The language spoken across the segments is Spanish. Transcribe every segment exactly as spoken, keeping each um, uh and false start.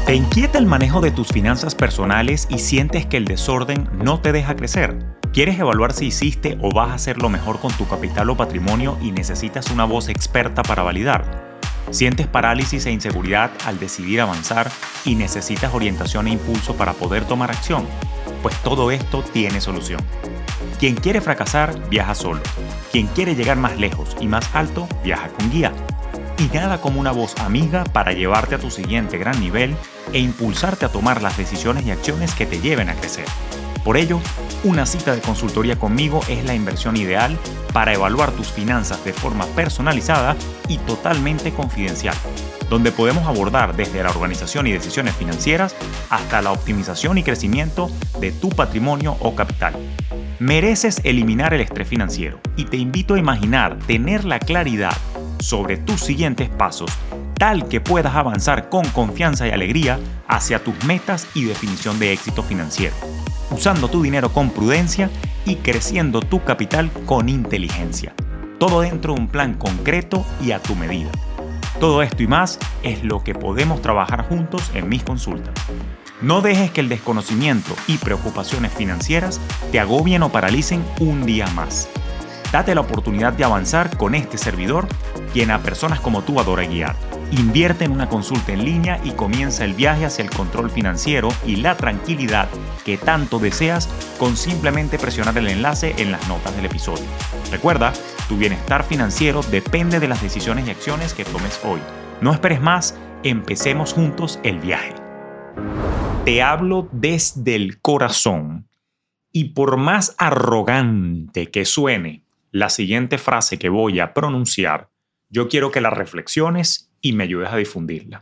¿Te inquieta el manejo de tus finanzas personales y sientes que el desorden no te deja crecer? ¿Quieres evaluar si hiciste o vas a hacerlo mejor con tu capital o patrimonio y necesitas una voz experta para validar? ¿Sientes parálisis e inseguridad al decidir avanzar y necesitas orientación e impulso para poder tomar acción? Pues todo esto tiene solución. Quien quiere fracasar, viaja solo. Quien quiere llegar más lejos y más alto, viaja con guía. Y nada como una voz amiga para llevarte a tu siguiente gran nivel e impulsarte a tomar las decisiones y acciones que te lleven a crecer. Por ello, una cita de consultoría conmigo es la inversión ideal para evaluar tus finanzas de forma personalizada y totalmente confidencial, donde podemos abordar desde la organización y decisiones financieras hasta la optimización y crecimiento de tu patrimonio o capital. Mereces eliminar el estrés financiero y te invito a imaginar tener la claridad sobre tus siguientes pasos, tal que puedas avanzar con confianza y alegría hacia tus metas y definición de éxito financiero, usando tu dinero con prudencia y creciendo tu capital con inteligencia. Todo dentro de un plan concreto y a tu medida. Todo esto y más es lo que podemos trabajar juntos en mis consultas. No dejes que el desconocimiento y preocupaciones financieras te agobien o paralicen un día más. Date la oportunidad de avanzar con este servidor, quien a personas como tú adora guiar. Invierte en una consulta en línea y comienza el viaje hacia el control financiero y la tranquilidad que tanto deseas con simplemente presionar el enlace en las notas del episodio. Recuerda, tu bienestar financiero depende de las decisiones y acciones que tomes hoy. No esperes más, empecemos juntos el viaje. Te hablo desde el corazón y por más arrogante que suene la siguiente frase que voy a pronunciar, yo quiero que la reflexiones y me ayudes a difundirla.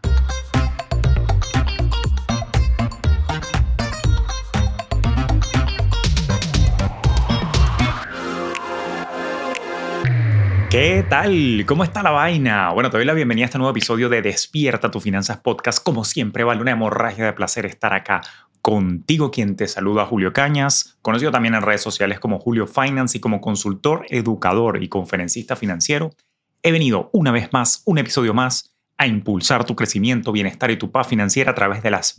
¿Qué tal? ¿Cómo está la vaina? Bueno, te doy la bienvenida a este nuevo episodio de Despierta tu Finanzas Podcast. Como siempre, vale una hemorragia de placer estar acá contigo, quien te saluda, Julio Cañas, conocido también en redes sociales como Julio Finance y como consultor, educador y conferencista financiero. He venido una vez más, un episodio más, a impulsar tu crecimiento, bienestar y tu paz financiera a través de las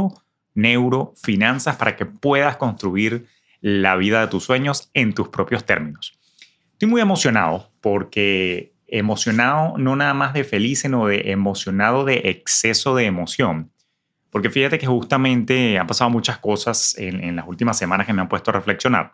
bio-neurofinanzas para que puedas construir la vida de tus sueños en tus propios términos. Estoy muy emocionado porque emocionado no nada más de feliz, sino de emocionado de exceso de emoción. Porque fíjate que justamente han pasado muchas cosas en, en las últimas semanas que me han puesto a reflexionar.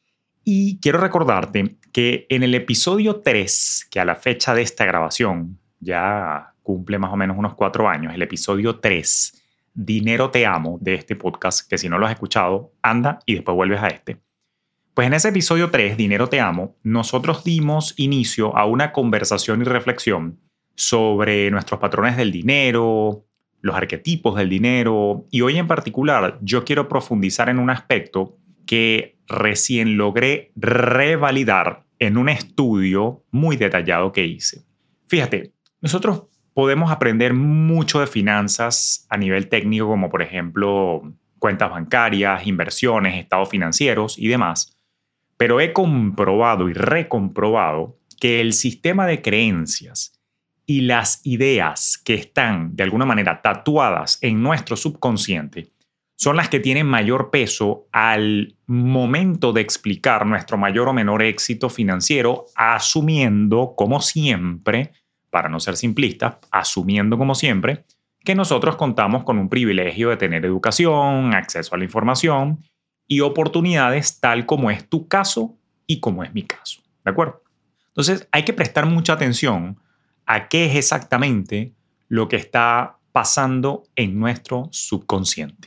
Y quiero recordarte que en el episodio tres, que a la fecha de esta grabación ya cumple más o menos unos cuatro años, el episodio tres, Dinero te amo, de este podcast, que si no lo has escuchado, anda y después vuelves a este. Pues en ese episodio tres, Dinero te amo, nosotros dimos inicio a una conversación y reflexión sobre nuestros patrones del dinero, los arquetipos del dinero, y hoy en particular yo quiero profundizar en un aspecto que recién logré revalidar en un estudio muy detallado que hice. Fíjate, nosotros podemos aprender mucho de finanzas a nivel técnico, como por ejemplo cuentas bancarias, inversiones, estados financieros y demás, pero he comprobado y recomprobado que el sistema de creencias y las ideas que están de alguna manera tatuadas en nuestro subconsciente son las que tienen mayor peso al momento de explicar nuestro mayor o menor éxito financiero, asumiendo como siempre, para no ser simplista, asumiendo como siempre, que nosotros contamos con un privilegio de tener educación, acceso a la información y oportunidades tal como es tu caso y como es mi caso. ¿De acuerdo? Entonces hay que prestar mucha atención a qué es exactamente lo que está pasando en nuestro subconsciente.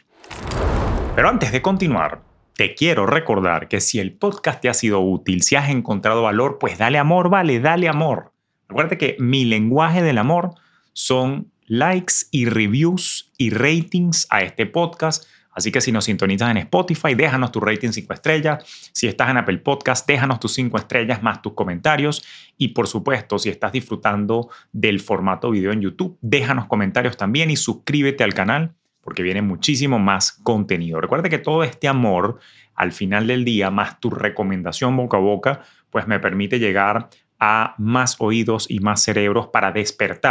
Pero antes de continuar, te quiero recordar que si el podcast te ha sido útil, si has encontrado valor, pues dale amor, vale, dale amor. Recuerda que mi lenguaje del amor son likes y reviews y ratings a este podcast. Así que si nos sintonizas en Spotify, déjanos tu rating cinco estrellas. Si estás en Apple Podcast, déjanos tus cinco estrellas más tus comentarios. Y por supuesto, si estás disfrutando del formato video en YouTube, déjanos comentarios también y suscríbete al canal porque viene muchísimo más contenido. Recuerda que todo este amor, al final del día, más tu recomendación boca a boca, pues me permite llegar a más oídos y más cerebros para despertar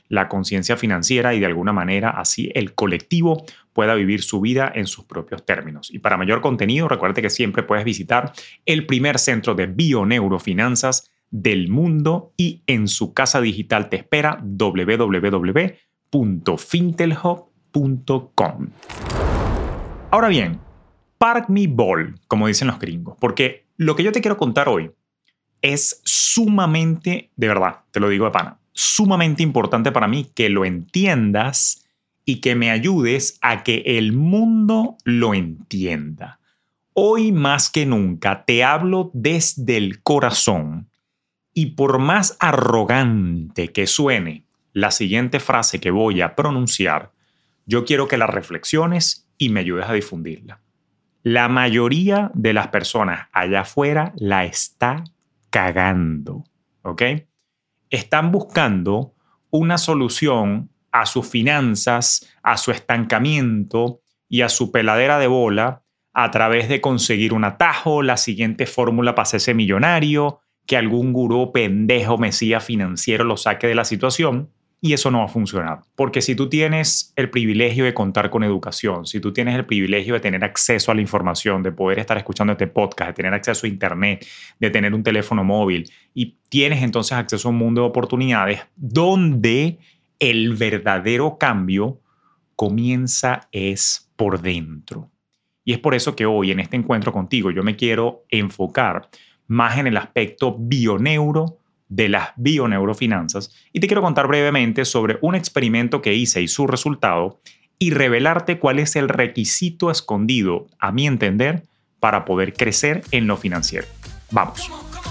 la conciencia financiera y de alguna manera así el colectivo pueda vivir su vida en sus propios términos. Y para mayor contenido, recuerda que siempre puedes visitar el primer centro de bioneurofinanzas del mundo y en su casa digital te espera w w w punto fintelhub punto com. Ahora bien, park me ball, como dicen los gringos, porque lo que yo te quiero contar hoy es sumamente, de verdad, te lo digo de pana, sumamente importante para mí que lo entiendas y que me ayudes a que el mundo lo entienda. Hoy más que nunca te hablo desde el corazón y por más arrogante que suene la siguiente frase que voy a pronunciar, yo quiero que la reflexiones y me ayudes a difundirla. La mayoría de las personas allá afuera la está cagando, ¿ok? Están buscando una solución a sus finanzas, a su estancamiento y a su peladera de bola a través de conseguir un atajo, la siguiente fórmula para hacerse millonario, que algún gurú pendejo mesías financiero lo saque de la situación. Y eso no va a funcionar. Porque si tú tienes el privilegio de contar con educación, si tú tienes el privilegio de tener acceso a la información, de poder estar escuchando este podcast, de tener acceso a internet, de tener un teléfono móvil y tienes entonces acceso a un mundo de oportunidades donde el verdadero cambio comienza es por dentro. Y es por eso que hoy en este encuentro contigo yo me quiero enfocar más en el aspecto bioneuro de las bioneurofinanzas y te quiero contar brevemente sobre un experimento que hice y su resultado y revelarte cuál es el requisito escondido, a mi entender, para poder crecer en lo financiero. Vamos.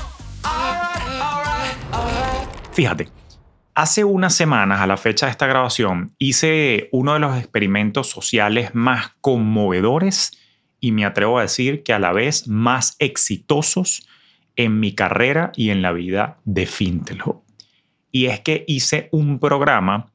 Fíjate, hace unas semanas a la fecha de esta grabación hice uno de los experimentos sociales más conmovedores y me atrevo a decir que a la vez más exitosos en mi carrera y en la vida de Fintelhub. Y es que hice un programa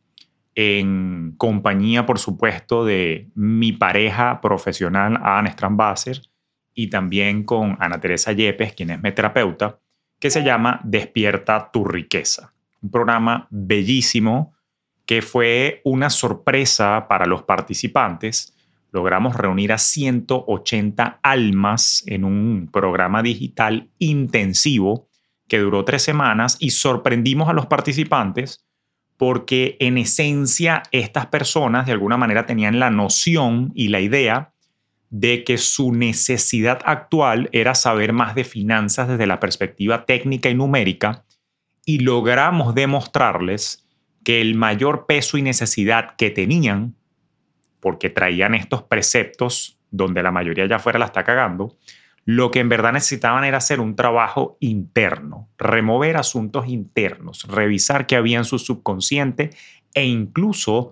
en compañía, por supuesto, de mi pareja profesional, Anne Strambasser, y también con Ana Teresa Yepes, quien es mi terapeuta, que se llama Despierta tu riqueza. Un programa bellísimo que fue una sorpresa para los participantes. Logramos reunir a ciento ochenta almas en un programa digital intensivo que duró tres semanas y sorprendimos a los participantes porque en esencia estas personas de alguna manera tenían la noción y la idea de que su necesidad actual era saber más de finanzas desde la perspectiva técnica y numérica y logramos demostrarles que el mayor peso y necesidad que tenían, porque traían estos preceptos donde la mayoría ya afuera la está cagando, lo que en verdad necesitaban era hacer un trabajo interno, remover asuntos internos, revisar qué había en su subconsciente e incluso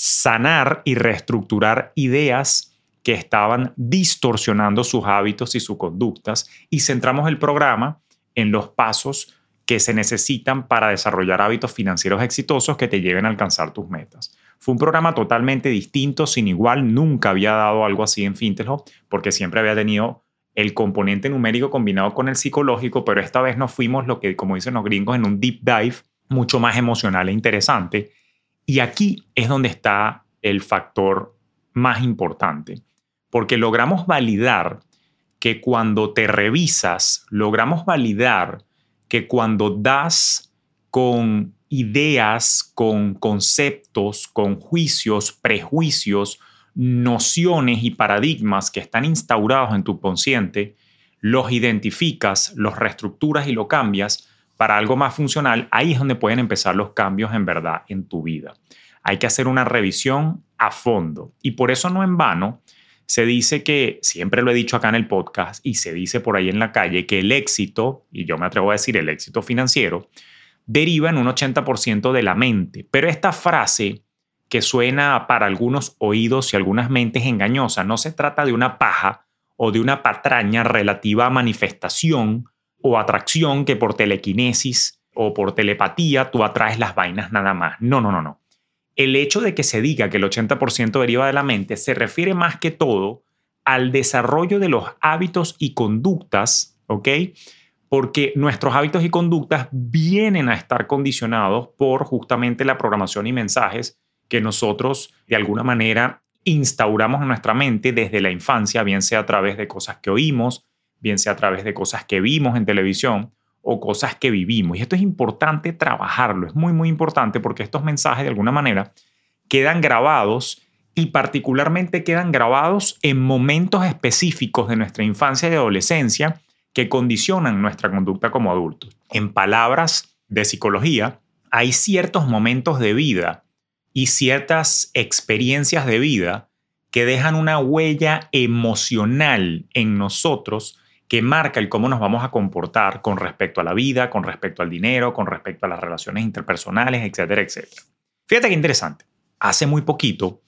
sanar y reestructurar ideas que estaban distorsionando sus hábitos y sus conductas. Y centramos el programa en los pasos que se necesitan para desarrollar hábitos financieros exitosos que te lleven a alcanzar tus metas. Fue un programa totalmente distinto, sin igual. Nunca había dado algo así en Fintelhub porque siempre había tenido el componente numérico combinado con el psicológico, pero esta vez nos fuimos, lo que, como dicen los gringos, en un deep dive mucho más emocional e interesante. Y aquí es donde está el factor más importante, porque logramos validar que cuando te revisas, logramos validar que cuando das con ideas, con conceptos, con juicios, prejuicios, nociones y paradigmas que están instaurados en tu consciente, los identificas, los reestructuras y lo cambias para algo más funcional, ahí es donde pueden empezar los cambios en verdad en tu vida. Hay que hacer una revisión a fondo y por eso no en vano se dice que, siempre lo he dicho acá en el podcast y se dice por ahí en la calle, que el éxito, y yo me atrevo a decir el éxito financiero, deriva en un ochenta por ciento de la mente. Pero esta frase que suena para algunos oídos y algunas mentes engañosa, no se trata de una paja o de una patraña relativa a manifestación o atracción que por telequinesis o por telepatía tú atraes las vainas nada más. No, no, no, no. El hecho de que se diga que el ochenta por ciento deriva de la mente se refiere más que todo al desarrollo de los hábitos y conductas, ¿ok?, porque nuestros hábitos y conductas vienen a estar condicionados por justamente la programación y mensajes que nosotros de alguna manera instauramos en nuestra mente desde la infancia, bien sea a través de cosas que oímos, bien sea a través de cosas que vimos en televisión o cosas que vivimos. Y esto es importante trabajarlo, es muy, muy importante porque estos mensajes de alguna manera quedan grabados y particularmente quedan grabados en momentos específicos de nuestra infancia y adolescencia que condicionan nuestra conducta como adultos. En palabras de psicología, hay ciertos momentos de vida y ciertas experiencias de vida que dejan una huella emocional en nosotros que marca el cómo nos vamos a comportar con respecto a la vida, con respecto al dinero, con respecto a las relaciones interpersonales, etcétera, etcétera. Fíjate qué interesante. Hace muy poquito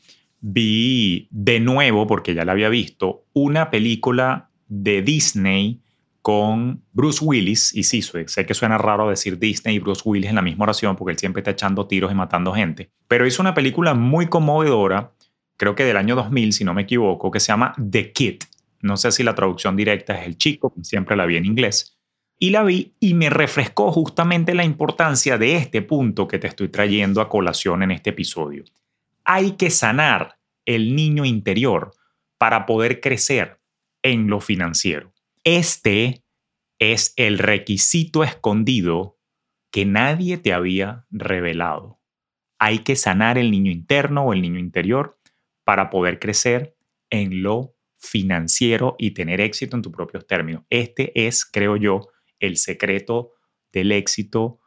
vi de nuevo, porque ya la había visto, una película de Disney con Bruce Willis, y sí, sé que suena raro decir Disney y Bruce Willis en la misma oración porque él siempre está echando tiros y matando gente, pero hizo una película muy conmovedora, creo que del año dos mil, si no me equivoco, que se llama The Kid. No sé si la traducción directa es el chico, siempre la vi en inglés. Y la vi y me refrescó justamente la importancia de este punto que te estoy trayendo a colación en este episodio. Hay que sanar el niño interior para poder crecer en lo financiero. Este es el requisito escondido que nadie te había revelado. Hay que sanar el niño interno o el niño interior para poder crecer en lo financiero y tener éxito en tus propios términos. Este es, creo yo, el secreto del éxito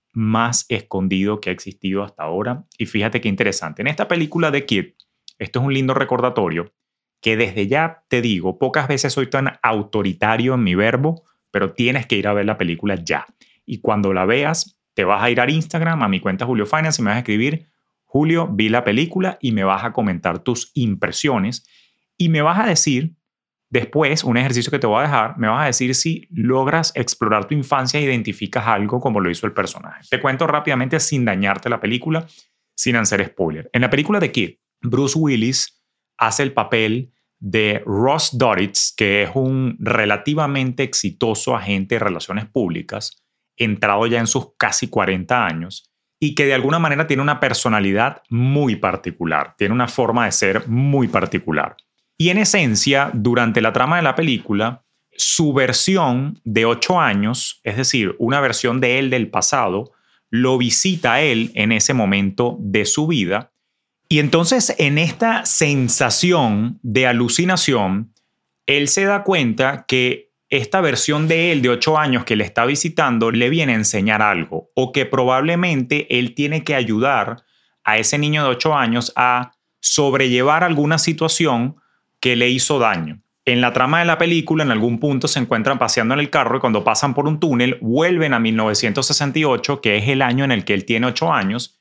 más escondido que ha existido hasta ahora. Y fíjate qué interesante. En esta película de Kid, esto es un lindo recordatorio que desde ya te digo, pocas veces soy tan autoritario en mi verbo, pero tienes que ir a ver la película ya. Y cuando la veas, te vas a ir a Instagram, a mi cuenta Julio Finance, y me vas a escribir, Julio, vi la película, y me vas a comentar tus impresiones. Y me vas a decir, después, un ejercicio que te voy a dejar, me vas a decir si logras explorar tu infancia e identificas algo como lo hizo el personaje. Te cuento rápidamente sin dañarte la película, sin hacer spoiler. En la película de Kid, Bruce Willis hace el papel de Ross Doritz, que es un relativamente exitoso agente de relaciones públicas, entrado ya en sus casi cuarenta años, y que de alguna manera tiene una personalidad muy particular, tiene una forma de ser muy particular. Y en esencia, durante la trama de la película, su versión de ocho años, es decir, una versión de él del pasado, lo visita a él en ese momento de su vida. Y entonces, en esta sensación de alucinación, él se da cuenta que esta versión de él de ocho años que le está visitando le viene a enseñar algo, o que probablemente él tiene que ayudar a ese niño de ocho años a sobrellevar alguna situación que le hizo daño. En la trama de la película, en algún punto se encuentran paseando en el carro y cuando pasan por un túnel, vuelven a mil novecientos sesenta y ocho, que es el año en el que él tiene ocho años,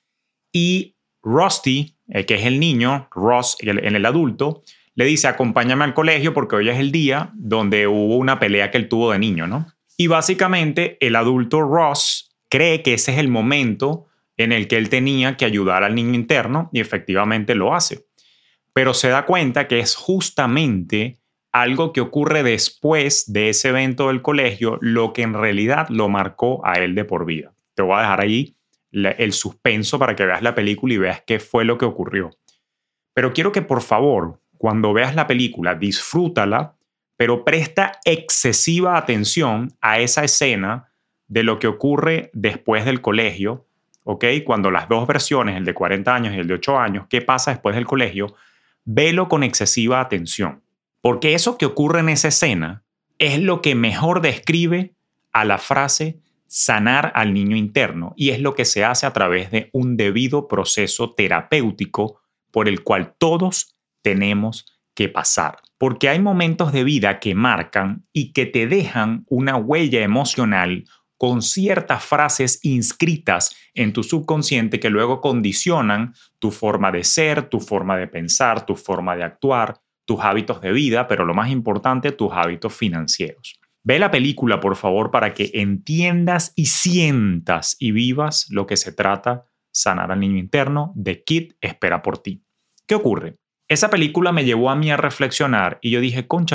y Rusty, eh, que es el niño, Ross, el, el adulto, le dice, acompáñame al colegio porque hoy es el día donde hubo una pelea que él tuvo de niño, ¿no? Y básicamente el adulto Ross cree que ese es el momento en el que él tenía que ayudar al niño interno y efectivamente lo hace. Pero se da cuenta que es justamente algo que ocurre después de ese evento del colegio lo que en realidad lo marcó a él de por vida. Te voy a dejar ahí el suspenso para que veas la película y veas qué fue lo que ocurrió. Pero quiero que por favor, cuando veas la película, disfrútala, pero presta excesiva atención a esa escena de lo que ocurre después del colegio, ¿ok? Cuando las dos versiones, el de cuarenta años y el de ocho años, ¿qué pasa después del colegio? Velo con excesiva atención, porque eso que ocurre en esa escena es lo que mejor describe a la frase sanar al niño interno, y es lo que se hace a través de un debido proceso terapéutico por el cual todos tenemos que pasar. Porque hay momentos de vida que marcan y que te dejan una huella emocional con ciertas frases inscritas en tu subconsciente que luego condicionan tu forma de ser, tu forma de pensar, tu forma de actuar, tus hábitos de vida, pero lo más importante, tus hábitos financieros. Ve la película, por favor, para que entiendas y sientas y vivas lo que se trata Sanar al niño interno. The Kid espera por ti. ¿Qué ocurre? Esa película me llevó a mí a reflexionar y yo dije, cónchale,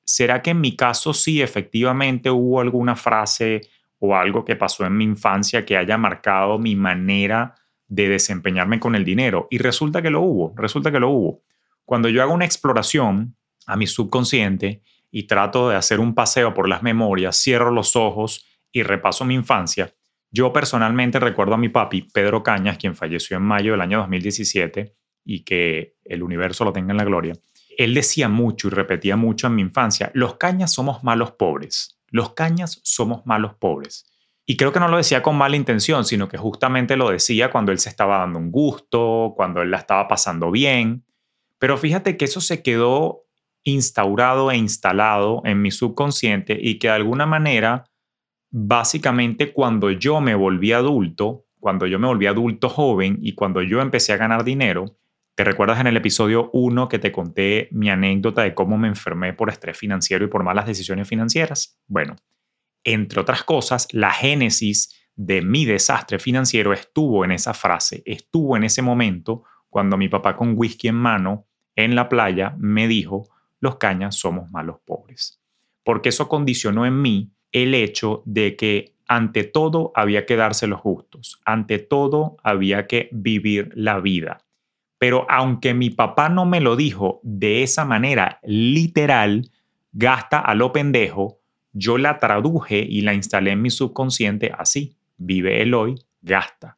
¿será que en mi caso sí efectivamente hubo alguna frase o algo que pasó en mi infancia que haya marcado mi manera de desempeñarme con el dinero? Y resulta que lo hubo, resulta que lo hubo. Cuando yo hago una exploración a mi subconsciente y trato de hacer un paseo por las memorias, cierro los ojos y repaso mi infancia, yo personalmente recuerdo a mi papi, Pedro Cañas, quien falleció en mayo del año dos mil diecisiete, y que el universo lo tenga en la gloria. Él decía mucho y repetía mucho en mi infancia: los Cañas somos malos pobres, los Cañas somos malos pobres. Y creo que no lo decía con mala intención, sino que justamente lo decía cuando él se estaba dando un gusto, cuando él la estaba pasando bien. Pero fíjate que eso se quedó instaurado e instalado en mi subconsciente y que de alguna manera, básicamente cuando yo me volví adulto, cuando yo me volví adulto joven y cuando yo empecé a ganar dinero, ¿te recuerdas en el episodio uno que te conté mi anécdota de cómo me enfermé por estrés financiero y por malas decisiones financieras? Bueno, entre otras cosas, la génesis de mi desastre financiero estuvo en esa frase, estuvo en ese momento cuando mi papá con whisky en mano en la playa me dijo: los Cañas somos malos pobres. Porque eso condicionó en mí el hecho de que ante todo había que darse los gustos, ante todo había que vivir la vida. Pero aunque mi papá no me lo dijo de esa manera literal, gasta a lo pendejo, yo la traduje y la instalé en mi subconsciente así: vive el hoy, gasta.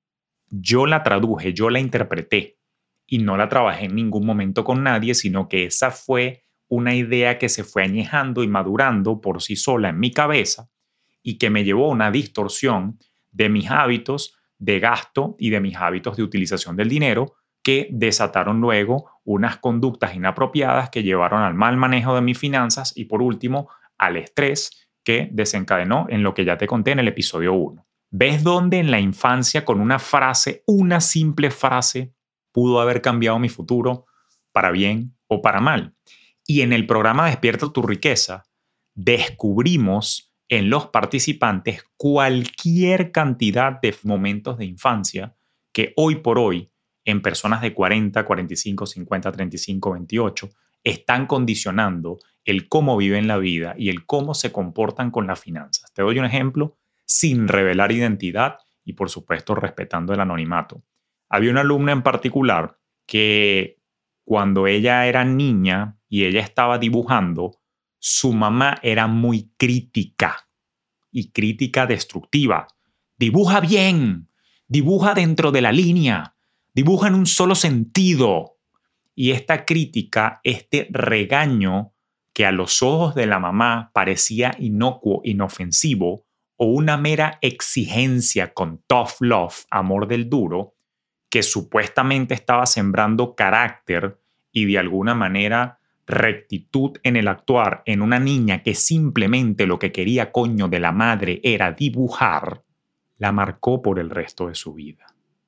Yo la traduje, yo la interpreté y no la trabajé en ningún momento con nadie, sino que esa fue una idea que se fue añejando y madurando por sí sola en mi cabeza y que me llevó a una distorsión de mis hábitos de gasto y de mis hábitos de utilización del dinero, que desataron luego unas conductas inapropiadas que llevaron al mal manejo de mis finanzas y, por último, al estrés que desencadenó en lo que ya te conté en el episodio uno. ¿Ves dónde en la infancia, con una frase, una simple frase, pudo haber cambiado mi futuro para bien o para mal? Y en el programa Despierta tu riqueza descubrimos en los participantes cualquier cantidad de momentos de infancia que hoy por hoy, en personas de cuarenta, cuarenta y cinco, cincuenta, treinta y cinco, veintiocho, están condicionando el cómo viven la vida y el cómo se comportan con las finanzas. Te doy un ejemplo sin revelar identidad y, por supuesto, respetando el anonimato. Había una alumna en particular que, cuando ella era niña y ella estaba dibujando, su mamá era muy crítica y crítica destructiva. Dibuja bien, dibuja dentro de la línea, dibuja en un solo sentido. Y esta crítica, este regaño que a los ojos de la mamá parecía inocuo, inofensivo, o una mera exigencia con tough love, amor del duro, que supuestamente estaba sembrando carácter y de alguna manera rectitud en el actuar en una niña que simplemente lo que quería, coño, de la madre era dibujar, la marcó por el resto de su vida.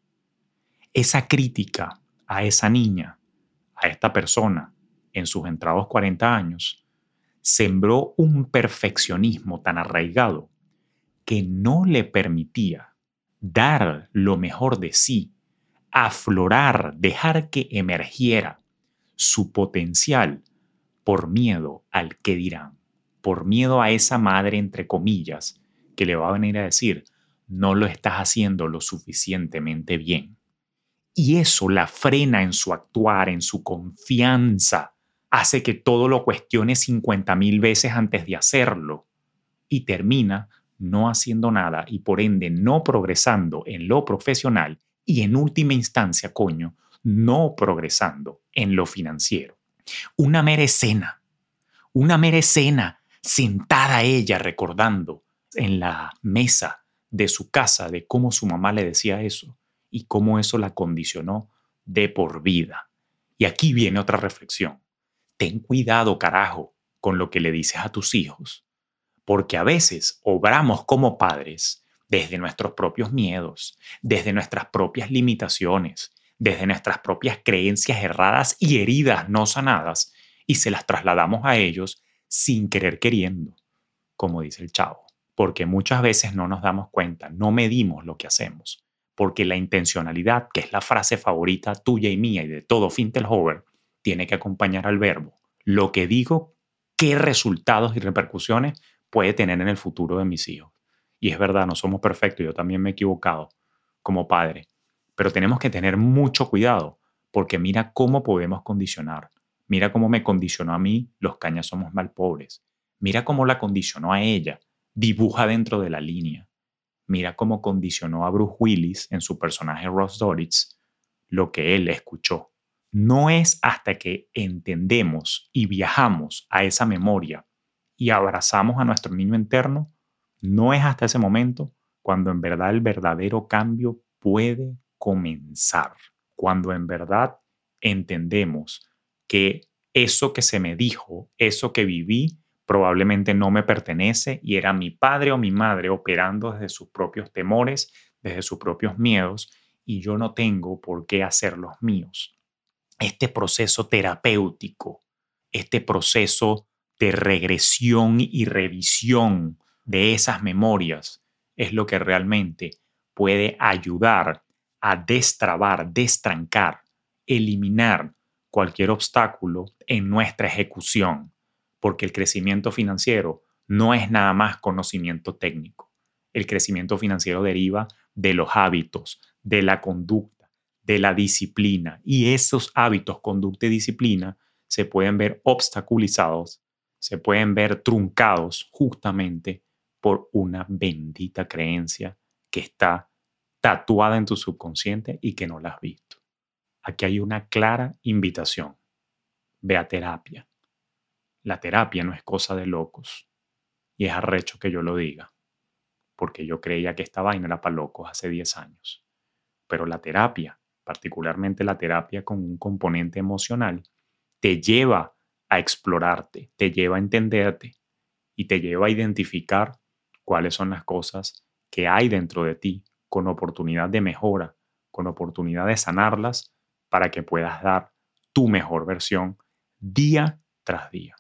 Esa crítica a esa niña, a esta persona, en sus entrados cuarenta años, sembró un perfeccionismo tan arraigado que no le permitía dar lo mejor de sí, aflorar, dejar que emergiera su potencial, por miedo al qué dirán, por miedo a esa madre, entre comillas, que le va a venir a decir: no lo estás haciendo lo suficientemente bien. Y eso la frena en su actuar, en su confianza, hace que todo lo cuestione cincuenta mil veces antes de hacerlo y termina no haciendo nada y, por ende, no progresando en lo profesional y, en última instancia, coño, no progresando en lo financiero. Una mera escena, una mera escena, sentada ella recordando en la mesa de su casa de cómo su mamá le decía eso y cómo eso la condicionó de por vida. Y aquí viene otra reflexión. Ten cuidado, carajo, con lo que le dices a tus hijos, porque a veces obramos como padres desde nuestros propios miedos, desde nuestras propias limitaciones, desde nuestras propias creencias erradas y heridas no sanadas, y se las trasladamos a ellos sin querer queriendo, como dice el Chavo, porque muchas veces no nos damos cuenta, no medimos lo que hacemos, porque la intencionalidad, que es la frase favorita tuya y mía y de todo Fintelhover, tiene que acompañar al verbo. Lo que digo, qué resultados y repercusiones puede tener en el futuro de mis hijos. Y es verdad, no somos perfectos, yo también me he equivocado como padre, pero tenemos que tener mucho cuidado porque mira cómo podemos condicionar. Mira cómo me condicionó a mí Los Cañas Somos Malpobres. Mira cómo la condicionó a ella. Dibuja dentro de la línea. Mira cómo condicionó a Bruce Willis en su personaje Ross Doritz lo que él escuchó. No es hasta que entendemos y viajamos a esa memoria y abrazamos a nuestro niño interno, no es hasta ese momento cuando en verdad el verdadero cambio puede comenzar. Cuando en verdad entendemos que eso que se me dijo, eso que viví, probablemente no me pertenece y era mi padre o mi madre operando desde sus propios temores, desde sus propios miedos, y yo no tengo por qué hacer los míos. Este proceso terapéutico, este proceso de regresión y revisión de esas memorias es lo que realmente puede ayudar a destrabar, destrancar, eliminar cualquier obstáculo en nuestra ejecución, porque el crecimiento financiero no es nada más conocimiento técnico. El crecimiento financiero deriva de los hábitos, de la conducta, de la disciplina, y esos hábitos, conducta y disciplina se pueden ver obstaculizados, se pueden ver truncados justamente por una bendita creencia que está tatuada en tu subconsciente y que no la has visto. Aquí hay una clara invitación. Ve a terapia. La terapia no es cosa de locos. Y es arrecho que yo lo diga, porque yo creía que esta vaina era para locos hace diez años. Pero la terapia, particularmente la terapia con un componente emocional, te lleva a explorarte, te lleva a entenderte y te lleva a identificar cuáles son las cosas que hay dentro de ti con oportunidad de mejora, con oportunidad de sanarlas para que puedas dar tu mejor versión día tras día.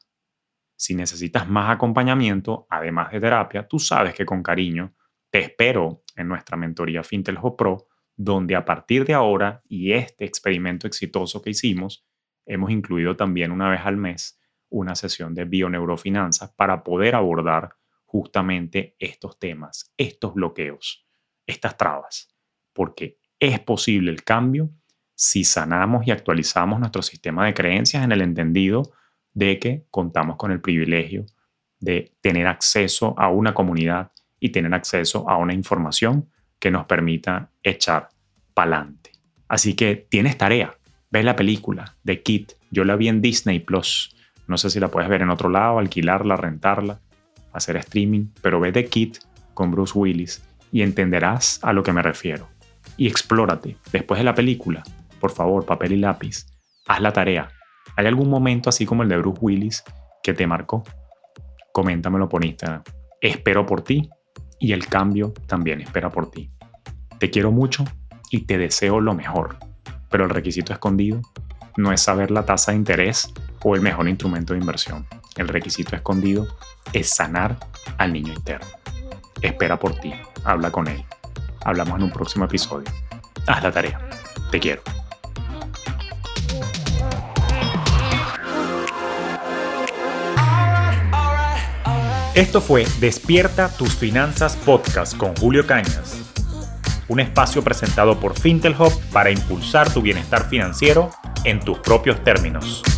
Si necesitas más acompañamiento, además de terapia, tú sabes que con cariño te espero en nuestra mentoría FinTech Pro, donde a partir de ahora y este experimento exitoso que hicimos, hemos incluido también una vez al mes una sesión de bioneurofinanzas para poder abordar justamente estos temas, estos bloqueos, estas trabas, porque es posible el cambio si sanamos y actualizamos nuestro sistema de creencias en el entendido de que contamos con el privilegio de tener acceso a una comunidad y tener acceso a una información que nos permita echar pa'lante. Así que tienes tarea. Ve la película de Kit. Yo la vi en Disney Plus. No sé si la puedes ver en otro lado, alquilarla, rentarla, hacer streaming, pero ve The Kid con Bruce Willis y entenderás a lo que me refiero. Y explórate. Después de la película, por favor, papel y lápiz, haz la tarea. ¿Hay algún momento así como el de Bruce Willis que te marcó? Coméntamelo por Instagram. Espero por ti y el cambio también espera por ti. Te quiero mucho y te deseo lo mejor, pero el requisito escondido no es saber la tasa de interés o el mejor instrumento de inversión. El requisito escondido es sanar al niño interno. Espera por ti, habla con él. Hablamos en un próximo episodio. Haz la tarea. Te quiero. Esto fue Despierta tus Finanzas Podcast con Julio Cañas. Un espacio presentado por FinTech Hub para impulsar tu bienestar financiero en tus propios términos.